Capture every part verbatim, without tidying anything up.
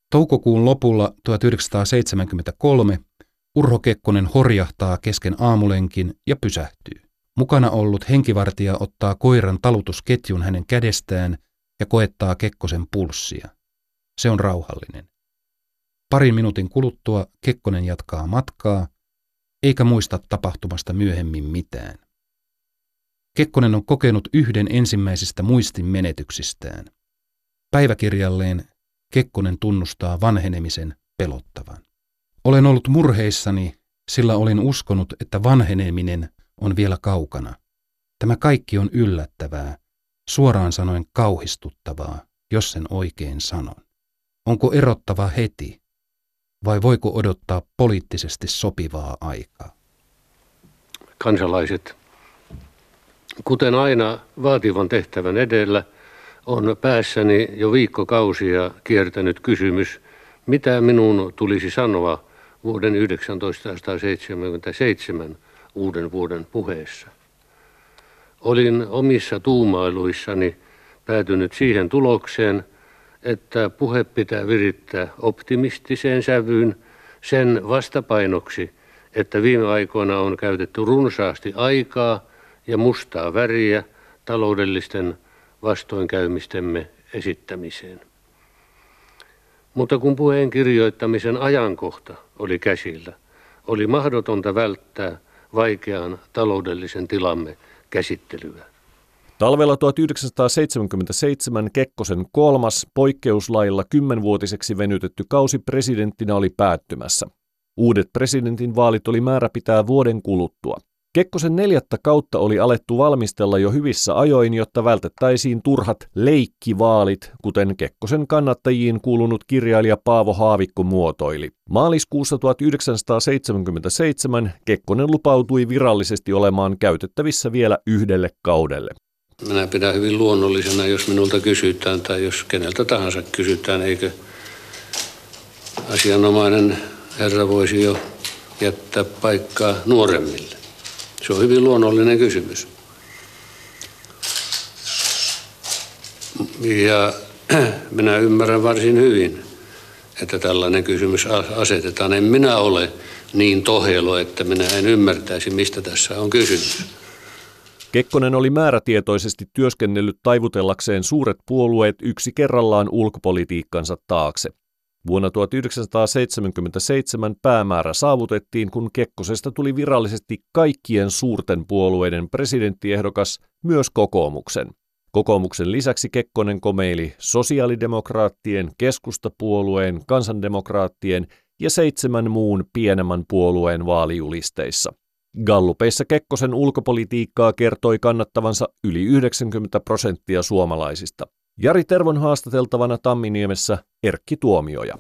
Toukokuun lopulla tuhatyhdeksänsataaseitsemänkymmentäkolme Urho Kekkonen horjahtaa kesken aamulenkin ja pysähtyy. Mukana ollut henkivartija ottaa koiran talutusketjun hänen kädestään ja koettaa Kekkosen pulssia. Se on rauhallinen. Parin minuutin kuluttua Kekkonen jatkaa matkaa, eikä muista tapahtumasta myöhemmin mitään. Kekkonen on kokenut yhden ensimmäisistä muistin menetyksistään. Päiväkirjalleen Kekkonen tunnustaa vanhenemisen pelottavan. Olen ollut murheissani, sillä olin uskonut, että vanheneminen on vielä kaukana. Tämä kaikki on yllättävää, suoraan sanoen kauhistuttavaa, jos sen oikein sanon. Onko erottava heti, vai voiko odottaa poliittisesti sopivaa aikaa? Kansalaiset, kuten aina vaativan tehtävän edellä, on päässäni jo viikkokausia kiertänyt kysymys, mitä minun tulisi sanoa vuoden tuhatyhdeksänsataaseitsemänkymmentäseitsemän uuden vuoden puheessa. Olin omissa tuumailuissani päätynyt siihen tulokseen, että puhe pitää virittää optimistiseen sävyyn sen vastapainoksi, että viime aikoina on käytetty runsaasti aikaa ja mustaa väriä taloudellisten vastoinkäymistemme esittämiseen. Mutta kun puheen kirjoittamisen ajankohta oli käsillä, oli mahdotonta välttää vaikean taloudellisen tilamme käsittelyä. Talvella tuhatyhdeksänsataaseitsemänkymmentäseitsemän Kekkosen kolmas poikkeuslailla kymmenvuotiseksi venytetty kausi presidenttinä oli päättymässä. Uudet presidentinvaalit oli määrä pitää vuoden kuluttua. Kekkosen neljättä kautta oli alettu valmistella jo hyvissä ajoin, jotta vältettäisiin turhat leikkivaalit, kuten Kekkosen kannattajiin kuulunut kirjailija Paavo Haavikko muotoili. Maaliskuussa tuhatyhdeksänsataaseitsemänkymmentäseitsemän Kekkonen lupautui virallisesti olemaan käytettävissä vielä yhdelle kaudelle. Minä pidän hyvin luonnollisena, jos minulta kysytään tai jos keneltä tahansa kysytään, eikö asianomainen herra voisi jo jättää paikkaa nuoremmille. Se on hyvin luonnollinen kysymys. Ja minä ymmärrän varsin hyvin, että tällainen kysymys asetetaan. En minä ole niin tohelo, että minä en ymmärtäisi, mistä tässä on kysymys. Kekkonen oli määrätietoisesti työskennellyt taivutellakseen suuret puolueet yksi kerrallaan ulkopolitiikkansa taakse. Vuonna tuhatyhdeksänsataaseitsemänkymmentäseitsemän päämäärä saavutettiin, kun Kekkosesta tuli virallisesti kaikkien suurten puolueiden presidenttiehdokas, myös kokoomuksen. Kokoomuksen lisäksi Kekkonen komeili sosiaalidemokraattien, keskustapuolueen, kansandemokraattien ja seitsemän muun pienemmän puolueen vaalijulisteissa. Gallupeissa Kekkosen ulkopolitiikkaa kertoi kannattavansa yli yhdeksänkymmentä prosenttia suomalaisista. Jari Tervon haastateltavana Tamminiemessä Erkki Tuomioja.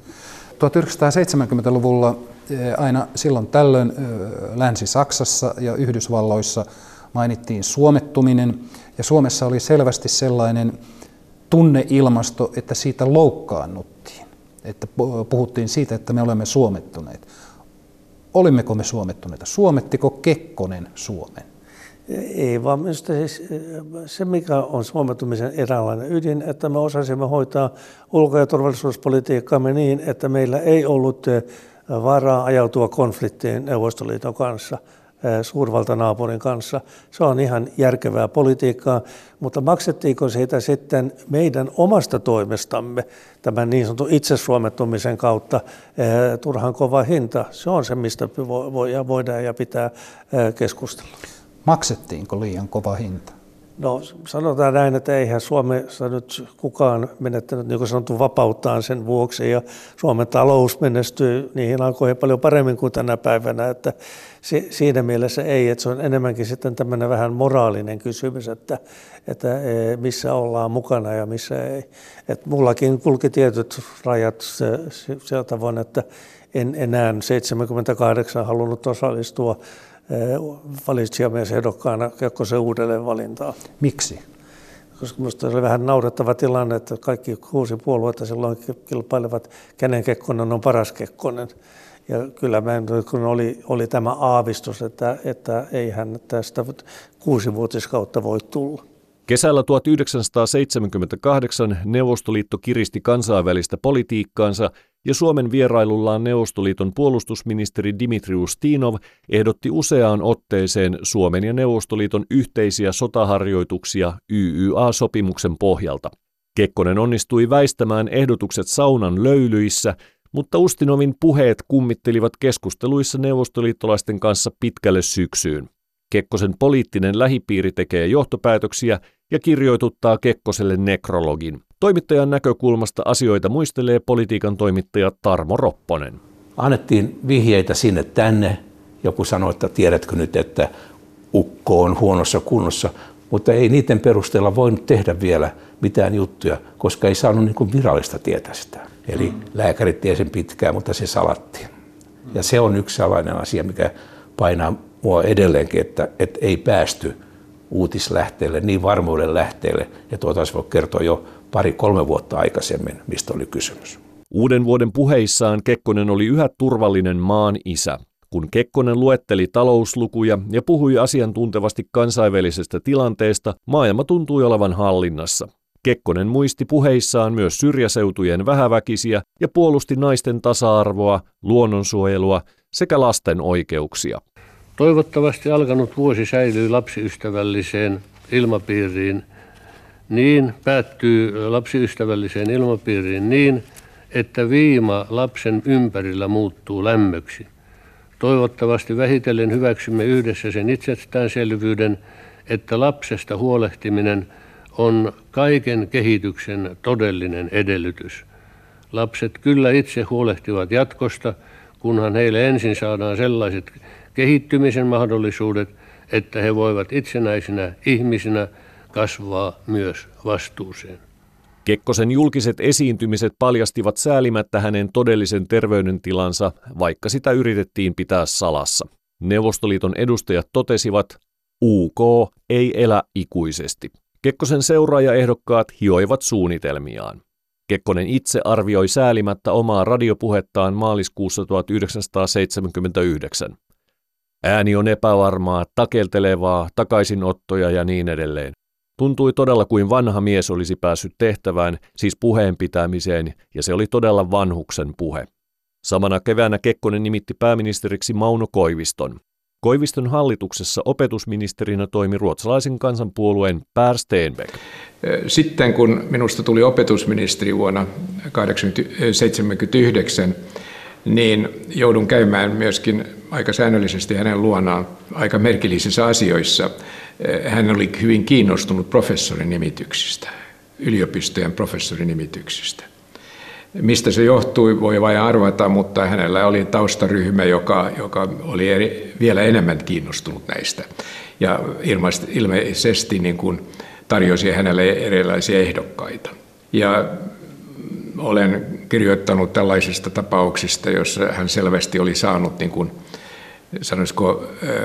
tuhatyhdeksänsataaseitsemänkymmentäluvulla aina silloin tällöin Länsi-Saksassa ja Yhdysvalloissa mainittiin suomettuminen, ja Suomessa oli selvästi sellainen tunneilmasto, että siitä loukkaannuttiin, että puhuttiin siitä, että me olemme suomettuneet. Olimmeko me suomettuneita? Suomettiko Kekkonen Suomen? Ei, vaan minusta siis se, mikä on suomettumisen eräänlainen ydin, että me osasimme hoitaa ulko- ja turvallisuuspolitiikkaamme niin, että meillä ei ollut varaa ajautua konfliktiin Neuvostoliiton kanssa, suurvaltanaapurin kanssa. Se on ihan järkevää politiikkaa, mutta maksettiinko siitä sitten meidän omasta toimestamme tämän niin sanotun itsesuomettumisen kautta turhan kova hinta? Se on se, mistä voidaan ja pitää keskustella. Maksettiinko liian kova hinta? No sanotaan näin, että eihän Suomessa nyt kukaan menettänyt niin kuin sanottu vapauttaan sen vuoksi, ja Suomen talous menestyy niihin aikoihin paljon paremmin kuin tänä päivänä, että siinä mielessä ei, että se on enemmänkin sitten tämmöinen vähän moraalinen kysymys, että, että missä ollaan mukana ja missä ei. Että mullakin kulki tietyt rajat sillä tavoin, että en enää seitsemänkymmentäkahdeksan halunnut osallistua valitsijamiesehdokkaana Kekkosen uudelleen valintaan. Miksi? Koska minusta se oli vähän naurettava tilanne, että kaikki kuusi puoluetta silloin kilpailevat, kenen Kekkonen on paras Kekkonen. Ja kyllä mä, kun oli, oli tämä aavistus, että, että eihän tästä kuusivuotiskautta voi tulla. Kesällä tuhatyhdeksänsataaseitsemänkymmentäkahdeksan Neuvostoliitto kiristi kansainvälistä politiikkaansa ja Suomen vierailullaan Neuvostoliiton puolustusministeri Dmitri Ustinov ehdotti useaan otteeseen Suomen ja Neuvostoliiton yhteisiä sotaharjoituksia Y Y A-sopimuksen pohjalta. Kekkonen onnistui väistämään ehdotukset saunan löylyissä, mutta Ustinovin puheet kummittelivat keskusteluissa neuvostoliittolaisten kanssa pitkälle syksyyn. Kekkosen poliittinen lähipiiri tekee johtopäätöksiä ja kirjoituttaa Kekkoselle nekrologin. Toimittajan näkökulmasta asioita muistelee politiikan toimittaja Tarmo Ropponen. Annettiin vihjeitä sinne tänne. Joku sanoi, että tiedätkö nyt, että ukko on huonossa kunnossa, mutta ei niiden perusteella voinut tehdä vielä mitään juttuja, koska ei saanut niin kuin virallista tietää sitä. Eli mm. lääkärit tiesi sen pitkään, mutta se salattiin. Mm. Ja se on yksi sellainen asia, mikä painaa mua edelleenkin, että, että ei päästy uutislähteelle, niin varmuuden lähteelle, että voitaisiin voi kertoa jo pari-kolme vuotta aikaisemmin, mistä oli kysymys. Uuden vuoden puheissaan Kekkonen oli yhä turvallinen maan isä. Kun Kekkonen luetteli talouslukuja ja puhui asiantuntevasti kansainvälisestä tilanteesta, maailma tuntui olevan hallinnassa. Kekkonen muisti puheissaan myös syrjäseutujen vähäväkisiä ja puolusti naisten tasa-arvoa, luonnonsuojelua sekä lasten oikeuksia. Toivottavasti alkanut vuosi säilyy lapsiystävälliseen ilmapiiriin, niin päättyy lapsiystävälliseen ilmapiiriin niin, että viima lapsen ympärillä muuttuu lämmöksi. Toivottavasti vähitellen hyväksymme yhdessä sen itsestäänselvyyden, että lapsesta huolehtiminen on kaiken kehityksen todellinen edellytys. Lapset kyllä itse huolehtivat jatkosta, kunhan heille ensin saadaan sellaiset kehittymisen mahdollisuudet, että he voivat itsenäisinä ihmisinä kasvaa myös vastuuseen. Kekkosen julkiset esiintymiset paljastivat säälimättä hänen todellisen terveydentilansa, vaikka sitä yritettiin pitää salassa. Neuvostoliiton edustajat totesivat, U K ei elä ikuisesti. Kekkosen seuraajaehdokkaat hioivat suunnitelmiaan. Kekkonen itse arvioi säälimättä omaa radiopuhettaan maaliskuussa tuhatyhdeksänsataaseitsemänkymmentäyhdeksän. Ääni on epävarmaa, takeltelevaa, takaisinottoja ja niin edelleen. Tuntui todella kuin vanha mies olisi päässyt tehtävään, siis puheen pitämiseen, ja se oli todella vanhuksen puhe. Samana keväänä Kekkonen nimitti pääministeriksi Mauno Koiviston. Koiviston hallituksessa opetusministerinä toimi ruotsalaisen kansanpuolueen Per Stenbeck. Sitten kun minusta tuli opetusministeri vuonna seitsemänkymmentäyhdeksän, niin joudun käymään myöskin aika säännöllisesti hänen luonaan aika merkillisissä asioissa. Hän oli hyvin kiinnostunut professorin nimityksistä, yliopistojen professorin nimityksistä. Mistä se johtui, voi vain arvata, mutta hänellä oli taustaryhmä, joka, joka oli eri, vielä enemmän kiinnostunut näistä. Ja ilmeisesti niin kuin tarjosi hänelle erilaisia ehdokkaita. Ja olen kirjoittanut tällaisista tapauksista, joissa hän selvästi oli saanut, niin kuin, sanoisiko,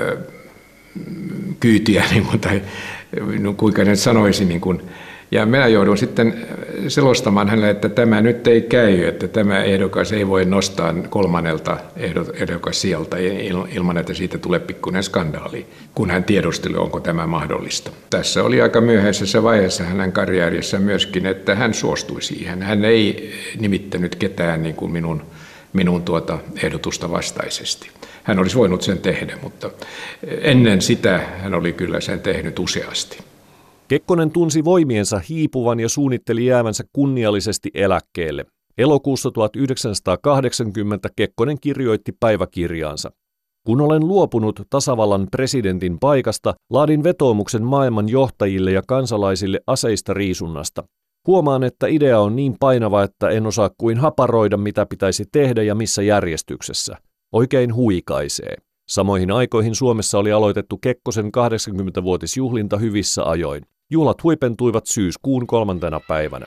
kyytiä, niin kuin, tai kuinka nyt sanoisin. Niin kuin, ja minä joudun sitten selostamaan hänelle, että tämä nyt ei käy, että tämä ehdokas ei voi nostaa kolmannelta ehdokas sieltä ilman, että siitä tulee pikkuinen skandaali, kun hän tiedusteli, onko tämä mahdollista. Tässä oli aika myöhäisessä vaiheessa hänen karjäärissään myöskin, että hän suostui siihen. Hän ei nimittänyt ketään niin kuin minun, minun tuota ehdotusta vastaisesti. Hän olisi voinut sen tehdä, mutta ennen sitä hän oli kyllä sen tehnyt useasti. Kekkonen tunsi voimiensa hiipuvan ja suunnitteli jäävänsä kunniallisesti eläkkeelle. Elokuussa tuhatyhdeksänsataakahdeksankymmentä Kekkonen kirjoitti päiväkirjaansa. Kun olen luopunut tasavallan presidentin paikasta, laadin vetoomuksen maailman johtajille ja kansalaisille aseista riisunnasta. Huomaan, että idea on niin painava, että en osaa kuin haparoida, mitä pitäisi tehdä ja missä järjestyksessä. Oikein huikaisee. Samoihin aikoihin Suomessa oli aloitettu Kekkosen kahdeksankymmenvuotisjuhlinta hyvissä ajoin. Juhlat huipentuivat syyskuun kolmantena päivänä.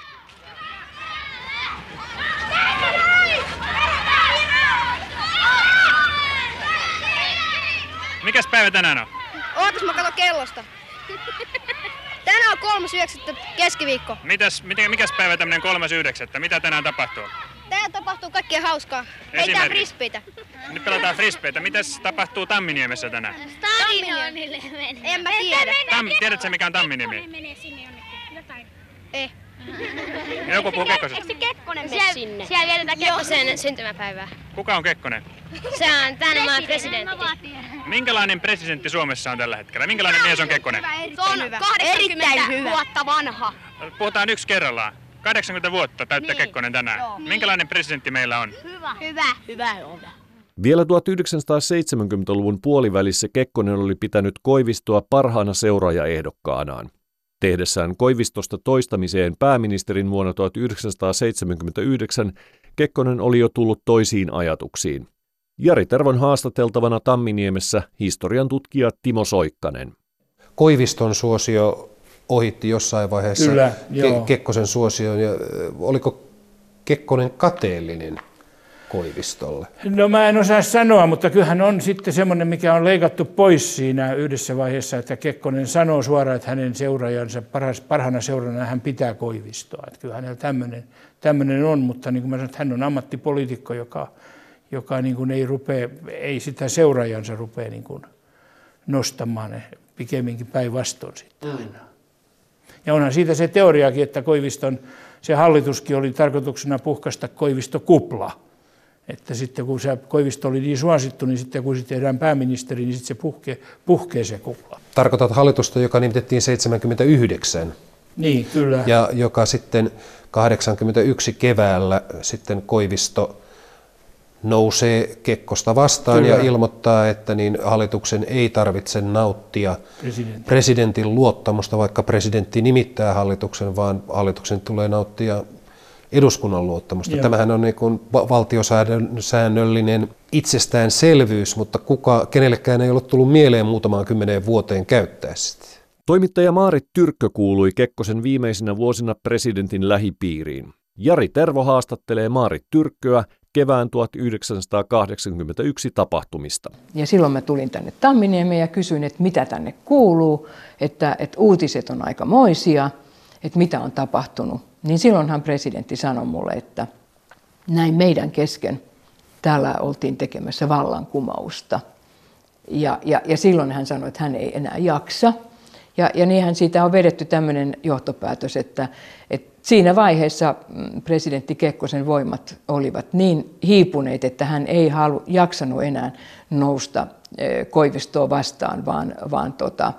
Mikäs päivä tänään on? Ootas mä katon kellosta. Tänään on kolmas yhdeksättä keskiviikko. Mitäs, mikäs päivä tämmönen kolmas yhdeksättä? Mitä tänään tapahtuu? Tänään tapahtuu kaikkea hauskaa. Heitetään frisbeitä. Nyt pelataan frisbeitä. Mitäs tapahtuu Tamminiemessä tänään? Stadionille menee. En mä tiedä. Tam, tiedätkö mikä on Tamminiemi? Eh. Ja joku puhuu Kekkosesta. Eikö se Kekkonen mene sinne? Siellä vietetään Kekkosen syntymäpäivää. Kuka on Kekkonen? Se on tämän maan presidentti. Minkälainen presidentti Suomessa on tällä hetkellä? Minkälainen mies on Kekkonen? Se on kahdeksankymmentä vuotta vanha. Puhutaan yksi kerrallaan. kahdeksankymmentä vuotta täyttää niin. Kekkonen tänään. Joo. Minkälainen presidentti meillä on? Hyvä. Hyvä. Hyvä on. Vielä tuhatyhdeksänsataaseitsemänkymmentäluvun puolivälissä Kekkonen oli pitänyt Koivistoa parhaana seuraajaehdokkaanaan. Tehdessään Koivistosta toistamiseen pääministerin vuonna tuhatyhdeksänsataaseitsemänkymmentäyhdeksän Kekkonen oli jo tullut toisiin ajatuksiin. Jari Tervon haastateltavana Tamminiemessä historian tutkija Timo Soikkanen. Koiviston suosio ohitti jossain vaiheessa Kyllä, Ke- Kekkosen suosion. Ja oliko Kekkonen kateellinen Koivistolle? No mä en osaa sanoa, mutta kyllähän on sitten semmoinen, mikä on leikattu pois siinä yhdessä vaiheessa, että Kekkonen sanoo suoraan, että hänen seuraajansa, parhaana seurana hän pitää Koivistoa. Että kyllä hänellä tämmöinen, tämmöinen on, mutta niin kuin mä sanoin, että hän on ammattipoliitikko, joka, joka niin kuin ei, rupea, ei sitä seuraajansa rupea niin kuin nostamaan, pikemminkin päinvastoin sitten aina. Ja onhan siitä se teoriakin, että Koiviston, se hallituskin oli tarkoituksena puhkaista Koivisto-kupla. Että sitten kun se Koivisto oli niin suosittu, niin sitten kun se tehdään pääministeri, niin sitten se puhkee, puhkee se kupla. Tarkoitat hallitusta, joka nimitettiin seitsemänkymmentäyhdeksän. Niin, kyllä. Ja joka sitten kahdeksankymmentäyksi keväällä sitten Koivisto nousee Kekkosta vastaan Kyllä. ja ilmoittaa, että niin hallituksen ei tarvitse nauttia presidentin. presidentin luottamusta, vaikka presidentti nimittää hallituksen, vaan hallituksen tulee nauttia eduskunnan luottamusta. Joo. Tämähän on niin kuin valtiosäännöllinen itsestäänselvyys, mutta kuka, kenellekään ei ole tullut mieleen muutamaan kymmeneen vuoteen käyttää sitä. Toimittaja Maarit Tyrkkö kuului Kekkosen viimeisinä vuosina presidentin lähipiiriin. Jari Tervo haastattelee Maarit Tyrkköä kevään tuhatyhdeksänsataakahdeksankymmentäyksi tapahtumista. Ja silloin mä tulin tänne Tamminiemeen ja kysyin, että mitä tänne kuuluu, että, että uutiset on aikamoisia, että mitä on tapahtunut. Niin silloinhan presidentti sanoi mulle, että näin meidän kesken täällä oltiin tekemässä vallankumousta. Ja, ja, ja silloin hän sanoi, että hän ei enää jaksa. Ja, ja niinhän siitä on vedetty tämmöinen johtopäätös, että, että siinä vaiheessa presidentti Kekkosen voimat olivat niin hiipuneet, että hän ei halu, jaksanut enää nousta Koivistoa vastaan, vaan, vaan tota,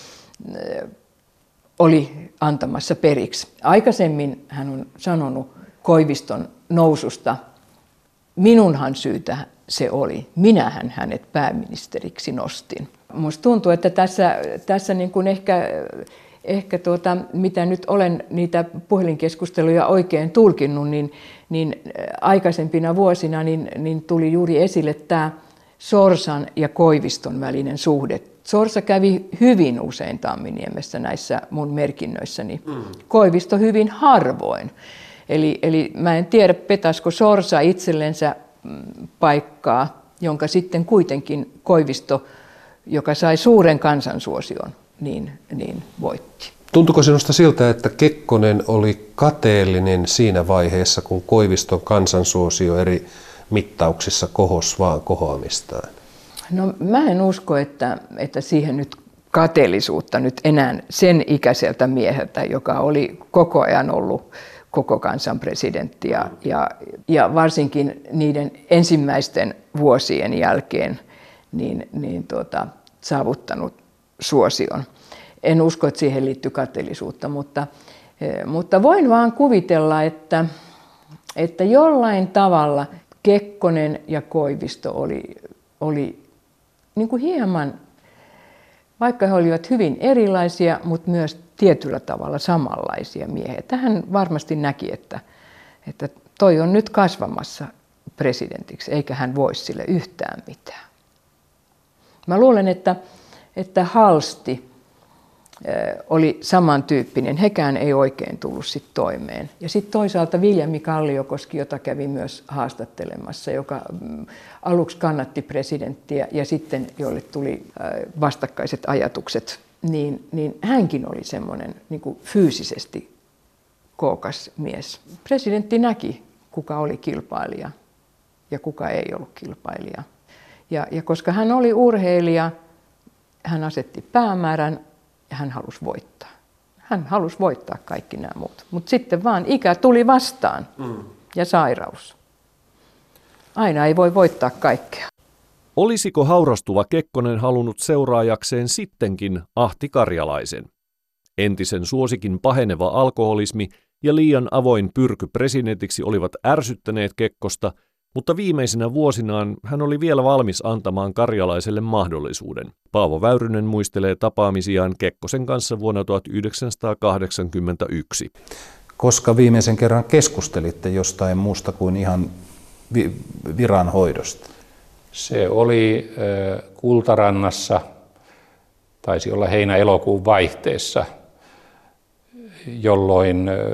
oli antamassa periksi. Aikaisemmin hän on sanonut Koiviston noususta, minunhan syytä se oli, minähän hänet pääministeriksi nostin. Musta tuntuu, että tässä, tässä niin kuin ehkä, ehkä tuota, mitä nyt olen niitä puhelinkeskusteluja oikein tulkinnut, niin, niin aikaisempina vuosina niin, niin tuli juuri esille tämä Sorsan ja Koiviston välinen suhde. Sorsa kävi hyvin usein Tamminiemessä näissä mun merkinnöissäni, mm. Koivisto hyvin harvoin. Eli, eli mä en tiedä, petasko Sorsa itsellensä paikkaa, jonka sitten kuitenkin Koivisto, joka sai suuren kansansuosion, niin, niin voitti. Tuntuuko sinusta siltä, että Kekkonen oli kateellinen siinä vaiheessa, kun Koiviston kansansuosio eri mittauksissa kohos vaan kohoamistaan? No mä en usko, että, että siihen nyt kateellisuutta nyt enää sen ikäiseltä mieheltä, joka oli koko ajan ollut koko kansan presidentti ja, ja, ja varsinkin niiden ensimmäisten vuosien jälkeen niin, niin tuota, saavuttanut suosion. En usko, että siihen liittyy kateellisuutta, mutta, mutta voin vaan kuvitella, että, että jollain tavalla Kekkonen ja Koivisto oli, oli niin kuin hieman, vaikka he olivat hyvin erilaisia, mutta myös tietyllä tavalla samanlaisia miehiä. Hän varmasti näki, että, että toi on nyt kasvamassa presidentiksi, eikä hän voi sille yhtään mitään. Mä luulen, että, että Halsti oli samantyyppinen. Hekään ei oikein tullut sit toimeen. Ja sitten toisaalta Viljami Kalliokoski, jota kävi myös haastattelemassa, joka aluksi kannatti presidenttiä ja sitten jolle tuli vastakkaiset ajatukset, niin, niin hänkin oli semmoinen niin kuin fyysisesti kookas mies. Presidentti näki, kuka oli kilpailija ja kuka ei ollut kilpailija. Ja, ja koska hän oli urheilija, hän asetti päämäärän ja hän halusi voittaa. Hän halusi voittaa kaikki nämä muut. Mutta sitten vaan ikä tuli vastaan mm. ja sairaus. Aina ei voi voittaa kaikkea. Olisiko haurastuva Kekkonen halunnut seuraajakseen sittenkin Ahti Karjalaisen? Entisen suosikin paheneva alkoholismi ja liian avoin pyrky presidentiksi olivat ärsyttäneet Kekkosta, mutta viimeisinä vuosinaan hän oli vielä valmis antamaan Karjalaiselle mahdollisuuden. Paavo Väyrynen muistelee tapaamisiaan Kekkosen kanssa vuonna tuhatyhdeksänsataakahdeksankymmentäyksi. Koska viimeisen kerran keskustelitte jostain muusta kuin ihan vi- viranhoidosta? Se oli äh, Kultarannassa, taisi olla heinä-elokuun vaihteessa, jolloin äh,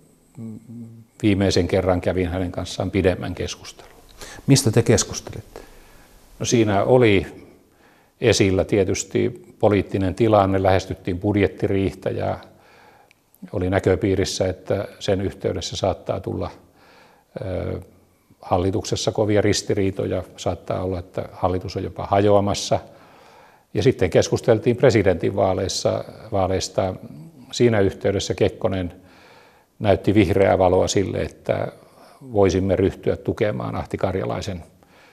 viimeisen kerran kävin hänen kanssaan pidemmän keskustelun. Mistä te keskustelitte? No siinä oli esillä tietysti poliittinen tilanne, lähestyttiin budjettiriihtä ja oli näköpiirissä, että sen yhteydessä saattaa tulla ö, hallituksessa kovia ristiriitoja, saattaa olla, että hallitus on jopa hajoamassa. Ja sitten keskusteltiin presidentinvaaleissa, vaaleista. Siinä yhteydessä Kekkonen näytti vihreää valoa sille, että voisimme ryhtyä tukemaan Ahti Karjalaisen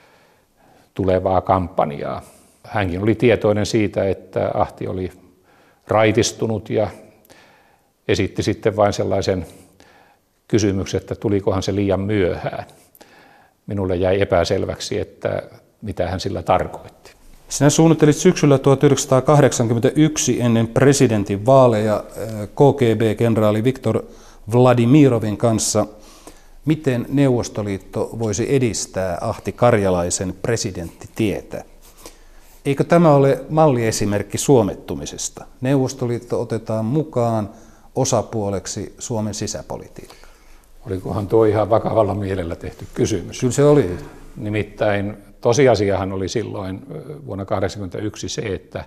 tulevaa kampanjaa. Hänkin oli tietoinen siitä, että Ahti oli raitistunut ja esitti sitten vain sellaisen kysymyksen, että tulikohan se liian myöhään. Minulle jäi epäselväksi, että mitä hän sillä tarkoitti. Sinä suunnittelit syksyllä tuhatyhdeksänsataakahdeksankymmentäyksi ennen presidentin vaaleja K G B-kenraali Viktor Vladimirovin kanssa, miten Neuvostoliitto voisi edistää Ahti Karjalaisen presidenttitietä. Eikö tämä ole malliesimerkki suomettumisesta? Neuvostoliitto otetaan mukaan osapuoleksi Suomen sisäpolitiikkaan. Olikohan tuo ihan vakavalla mielellä tehty kysymys? Kyllä se oli. Nimittäin tosiasiahan oli silloin vuonna tuhatyhdeksänsataakahdeksankymmentäyksi se, että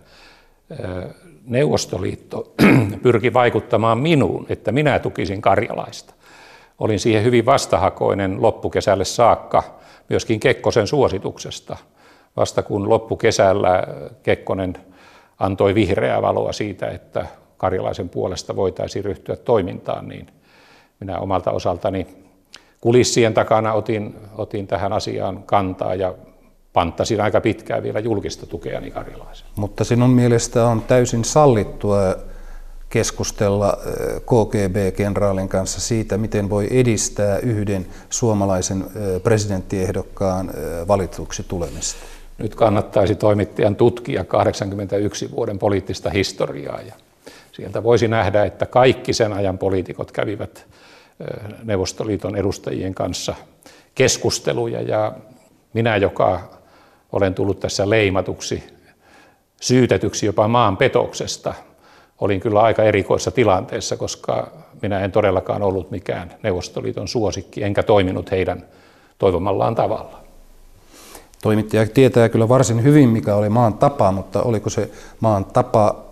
Neuvostoliitto pyrki vaikuttamaan minuun, että minä tukisin Karjalaista. Olin siihen hyvin vastahakoinen loppukesälle saakka, myöskin Kekkosen suosituksesta. Vasta kun loppukesällä Kekkonen antoi vihreää valoa siitä, että Karjalaisen puolesta voitaisiin ryhtyä toimintaan, niin minä omalta osaltani kulissien takana otin, otin tähän asiaan kantaa ja panttasin aika pitkään vielä julkista tukeani Karjalaisen. Mutta sinun mielestä on täysin sallittua keskustella K G B-kenraalin kanssa siitä, miten voi edistää yhden suomalaisen presidenttiehdokkaan valituksi tulemista. Nyt kannattaisi toimittajan tutkia kahdeksankymmentäyksi vuoden poliittista historiaa ja sieltä voisi nähdä, että kaikki sen ajan poliitikot kävivät Neuvostoliiton edustajien kanssa keskusteluja ja minä, joka olen tullut tässä leimatuksi, syytetyksi jopa maanpetoksesta, olin kyllä aika erikoisessa tilanteessa, koska minä en todellakaan ollut mikään Neuvostoliiton suosikki, enkä toiminut heidän toivomallaan tavalla. Toimittaja tietää kyllä varsin hyvin, mikä oli maan tapa, mutta oliko se maan tapa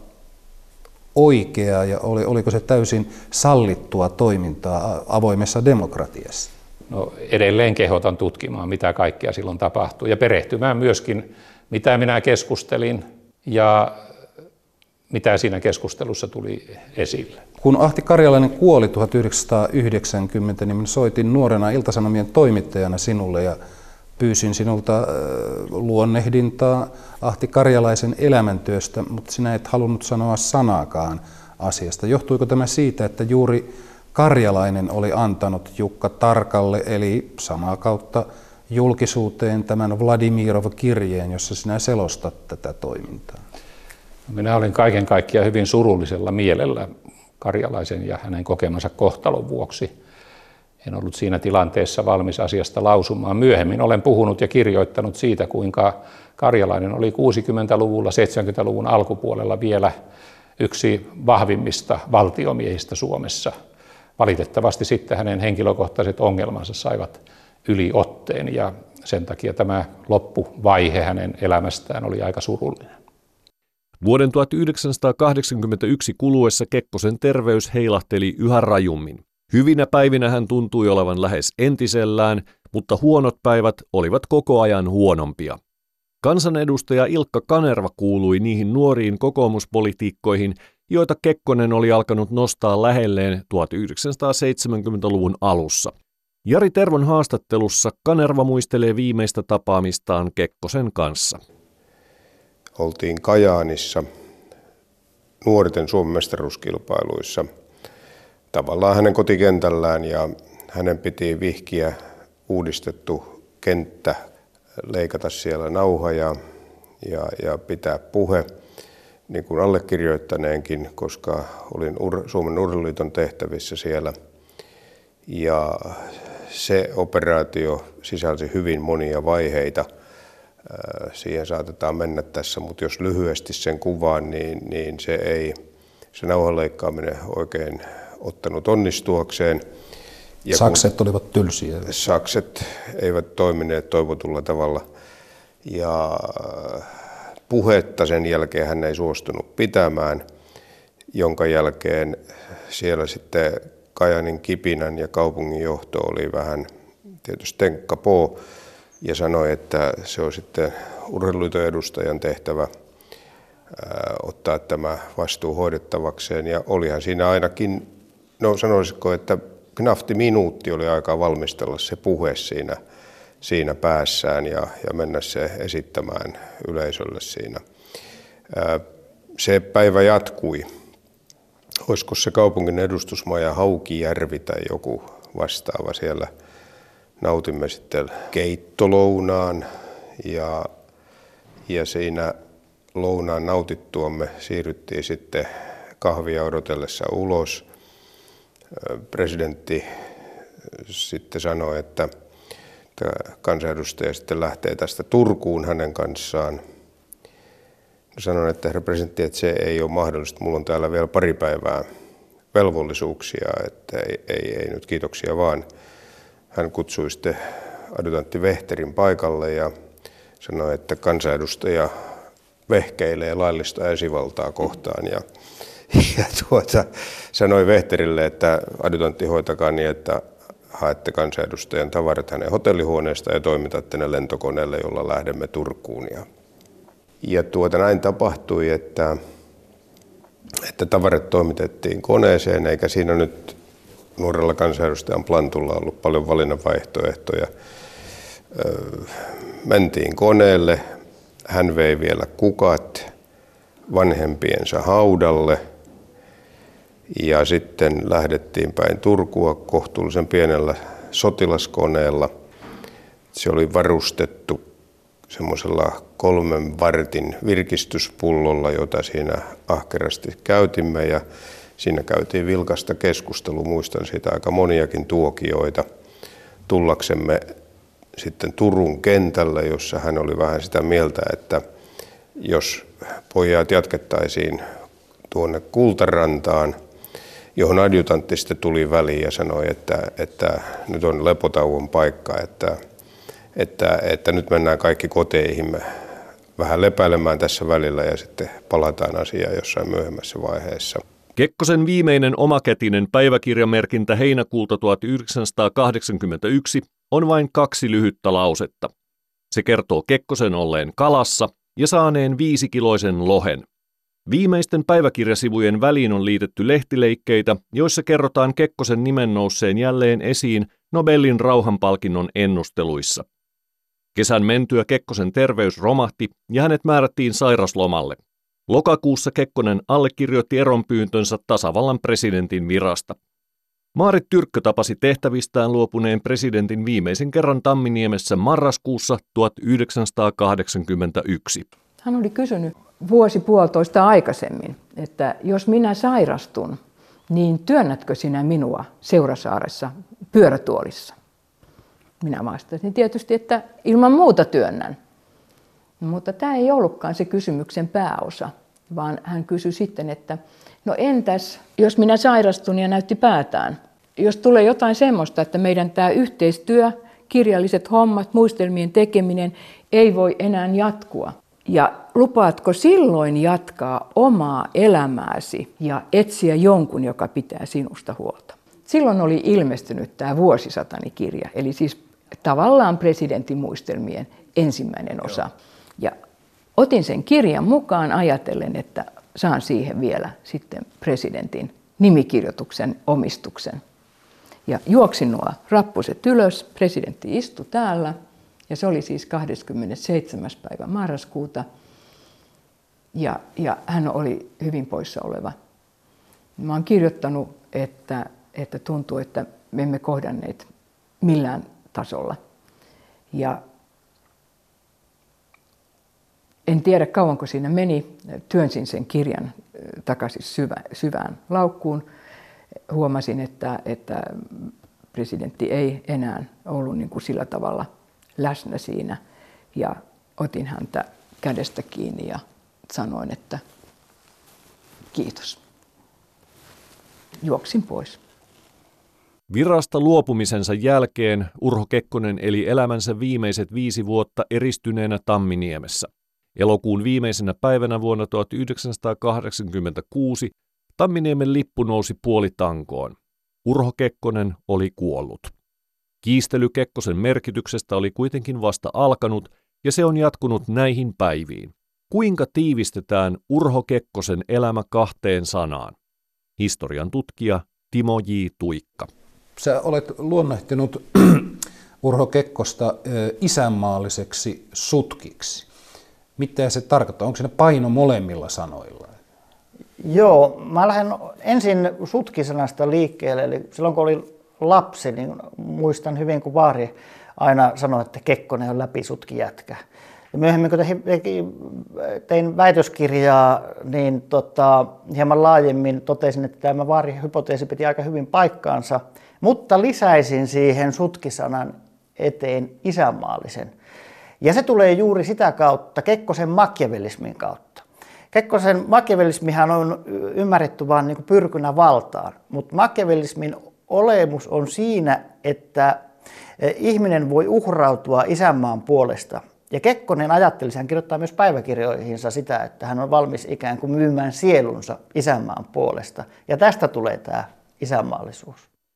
oikea ja oli, oliko se täysin sallittua toimintaa avoimessa demokratiassa? No, edelleen kehotan tutkimaan, mitä kaikkea silloin tapahtui ja perehtymään myöskin, mitä minä keskustelin ja mitä siinä keskustelussa tuli esille. Kun Ahti Karjalainen kuoli tuhatyhdeksänsataayhdeksänkymmentä, niin soitin nuorena Ilta-Sanomien toimittajana sinulle ja pyysin sinulta luonnehdintaa Ahti Karjalaisen elämäntyöstä, mutta sinä et halunnut sanoa sanaakaan asiasta. Johtuiko tämä siitä, että juuri Karjalainen oli antanut Jukka Tarkalle, eli samaa kautta julkisuuteen tämän Vladimirov-kirjeen, jossa sinä selostat tätä toimintaa? Minä olin kaiken kaikkiaan hyvin surullisella mielellä Karjalaisen ja hänen kokemansa kohtalon vuoksi. En ollut siinä tilanteessa valmis asiasta lausumaan. Myöhemmin olen puhunut ja kirjoittanut siitä, kuinka Karjalainen oli kuusikymmentäluvulla, seitsemänkymmentäluvun alkupuolella vielä yksi vahvimmista valtiomiehistä Suomessa. Valitettavasti sitten hänen henkilökohtaiset ongelmansa saivat yliotteen ja sen takia tämä loppuvaihe hänen elämästään oli aika surullinen. Vuoden tuhatyhdeksänsataakahdeksankymmentäyksi kuluessa Kekkosen terveys heilahteli yhä rajummin. Hyvinä päivinä hän tuntui olevan lähes entisellään, mutta huonot päivät olivat koko ajan huonompia. Kansanedustaja Ilkka Kanerva kuului niihin nuoriin kokoomuspolitiikkoihin, joita Kekkonen oli alkanut nostaa lähelleen tuhatyhdeksänsataaseitsemänkymmentäluvun alussa. Jari Tervon haastattelussa Kanerva muistelee viimeistä tapaamistaan Kekkosen kanssa. Oltiin Kajaanissa nuorten Suomen mestaruuskilpailuissa tavallaan hänen kotikentällään ja hänen piti vihkiä uudistettu kenttä, leikata siellä nauha ja, ja, ja pitää puhe, niin kuin allekirjoittaneenkin, koska olin Ur- Suomen Urheiluliiton tehtävissä siellä. Ja se operaatio sisälsi hyvin monia vaiheita. Siihen saatetaan mennä tässä, mutta jos lyhyesti sen kuvaan, niin, niin se ei, se nauhan leikkaaminen oikein ottanut onnistuakseen. Ja sakset olivat tylsiä. Sakset eivät toimineet toivotulla tavalla. Ja puhetta sen jälkeen hän ei suostunut pitämään, jonka jälkeen siellä sitten Kajaanin kipinän ja kaupungin johto oli vähän tietysti tenkkapoo ja sanoi, että se on sitten urheiluliiton edustajan tehtävä ää, ottaa tämä vastuu hoidettavakseen. Ja olihan siinä ainakin, no sanoisiko, että knafti minuutti oli aikaa valmistella se puhe siinä, siinä päässään ja, ja mennä se esittämään yleisölle siinä. Ää, se päivä jatkui. Olisiko se kaupungin edustusmaja Haukijärvi tai joku vastaava siellä. Nautimme sitten keittolounaan ja, ja siinä lounaan nautittuamme siirryttiin sitten kahvia odotellessa ulos. Presidentti sitten sanoi, että kansanedustaja sitten lähtee tästä Turkuun hänen kanssaan. Sanoin, että herra presidentti, että se ei ole mahdollista. Mulla on täällä vielä pari päivää velvollisuuksia, että ei, ei, ei nyt kiitoksia vaan. Hän kutsui sitten adjutantti Vehterin paikalle ja sanoi, että kansanedustaja vehkeilee laillista esivaltaa kohtaan. Ja, ja tuota, sanoi Vehterille, että adjutantti hoitakaa niin, että haette kansanedustajan tavarat hänen hotellihuoneesta ja toimitatte ne lentokoneelle, jolla lähdemme Turkuun. Ja, ja tuota, näin tapahtui, että, että tavarat toimitettiin koneeseen, eikä siinä nyt nuorella kansanedustajan Plantulla ollut paljon valinnanvaihtoehtoja. Mentiin koneelle, hän vei vielä kukat vanhempiensa haudalle ja sitten lähdettiin päin Turkua kohtuullisen pienellä sotilaskoneella. Se oli varustettu semmoisella kolmen vartin virkistyspullolla, jota siinä ahkerasti käytimme ja siinä käytiin vilkasta keskustelua, muistan siitä aika moniakin tuokioita tullaksemme sitten Turun kentälle, jossa hän oli vähän sitä mieltä, että jos pojat jatkettaisiin tuonne Kultarantaan, johon adjutantti sitten tuli väliin ja sanoi, että, että nyt on lepotauon paikka, että, että, että nyt mennään kaikki koteihimme vähän lepäilemään tässä välillä ja sitten palataan asiaan jossain myöhemmässä vaiheessa. Kekkosen viimeinen omakätinen päiväkirjamerkintä heinäkuulta tuhatyhdeksänsataakahdeksankymmentäyksi on vain kaksi lyhyttä lausetta. Se kertoo Kekkosen olleen kalassa ja saaneen viisikiloisen lohen. Viimeisten päiväkirjasivujen väliin on liitetty lehtileikkeitä, joissa kerrotaan Kekkosen nimen nousseen jälleen esiin Nobelin rauhanpalkinnon ennusteluissa. Kesän mentyä Kekkosen terveys romahti ja hänet määrättiin sairaslomalle. Lokakuussa Kekkonen allekirjoitti eronpyyntönsä tasavallan presidentin virasta. Maarit Tyrkkö tapasi tehtävistään luopuneen presidentin viimeisen kerran Tamminiemessä marraskuussa tuhatyhdeksänsataakahdeksankymmentäyksi. Hän oli kysynyt vuosi puolitoista aikaisemmin, että jos minä sairastun, niin työnnätkö sinä minua Seurasaaressa pyörätuolissa? Minä vastasin tietysti, että ilman muuta työnnän. Mutta tämä ei ollutkaan se kysymyksen pääosa, vaan hän kysyi sitten, että no entäs, jos minä sairastun ja näytti päätään? Jos tulee jotain semmoista, että meidän tämä yhteistyö, kirjalliset hommat, muistelmien tekeminen ei voi enää jatkua. Ja lupaatko silloin jatkaa omaa elämääsi ja etsiä jonkun, joka pitää sinusta huolta? Silloin oli ilmestynyt tämä Vuosisatani-kirja, eli siis tavallaan presidentin muistelmien ensimmäinen osa. Ja otin sen kirjan mukaan ajatellen, että saan siihen vielä sitten presidentin nimikirjoituksen omistuksen. Ja juoksin nuo rappuset ylös, presidentti istui täällä, ja se oli siis kahdeskymmenesseitsemäs päivä marraskuuta, ja, ja hän oli hyvin poissa oleva. Mä oon kirjoittanut, että, että tuntuu, että me emme kohdanneet millään tasolla. Ja en tiedä kauanko siinä meni, työnsin sen kirjan takaisin syvä, syvään laukkuun. Huomasin, että, että presidentti ei enää ollut niin kuin sillä tavalla läsnä siinä. Ja otin häntä kädestä kiinni ja sanoin, että kiitos. Juoksin pois. Virasta luopumisensa jälkeen Urho Kekkonen eli elämänsä viimeiset viisi vuotta eristyneenä Tamminiemessä. Elokuun viimeisenä päivänä vuonna tuhatyhdeksänsataakahdeksankymmentäkuusi Tamminiemen lippu nousi puolitankoon. Urho Kekkonen oli kuollut. Kiistely Kekkosen merkityksestä oli kuitenkin vasta alkanut ja se on jatkunut näihin päiviin. Kuinka tiivistetään Urho Kekkosen elämä kahteen sanaan? Historian tutkija Timo J. Tuikka. Sä olet luonnehtinut Urho Kekkosta isänmaalliseksi sutkiksi. Mitä se tarkoittaa? Onko siinä paino molemmilla sanoilla? Joo, mä lähden ensin sutkisanasta liikkeelle. Eli silloin kun olin lapsi, niin muistan hyvin, kun vaari aina sanoi, että Kekkonen on läpisutkijätkä. Ja myöhemmin, kun tein väitöskirjaa, niin tota, hieman laajemmin totesin, että tämä vaarihypoteesi piti aika hyvin paikkaansa, mutta lisäisin siihen sutkisanan eteen isänmaallisen. Ja se tulee juuri sitä kautta, Kekkosen makiavellismin kautta. Kekkosen makiavellismihan on ymmärretty vain niin kuin pyrkynä valtaan, mutta makiavellismin olemus on siinä, että ihminen voi uhrautua isänmaan puolesta. Ja Kekkonen ajatteli, hän kirjoittaa myös päiväkirjoihinsa sitä, että hän on valmis ikään kuin myymään sielunsa isänmaan puolesta. Ja tästä tulee tämä isänmaallisuus.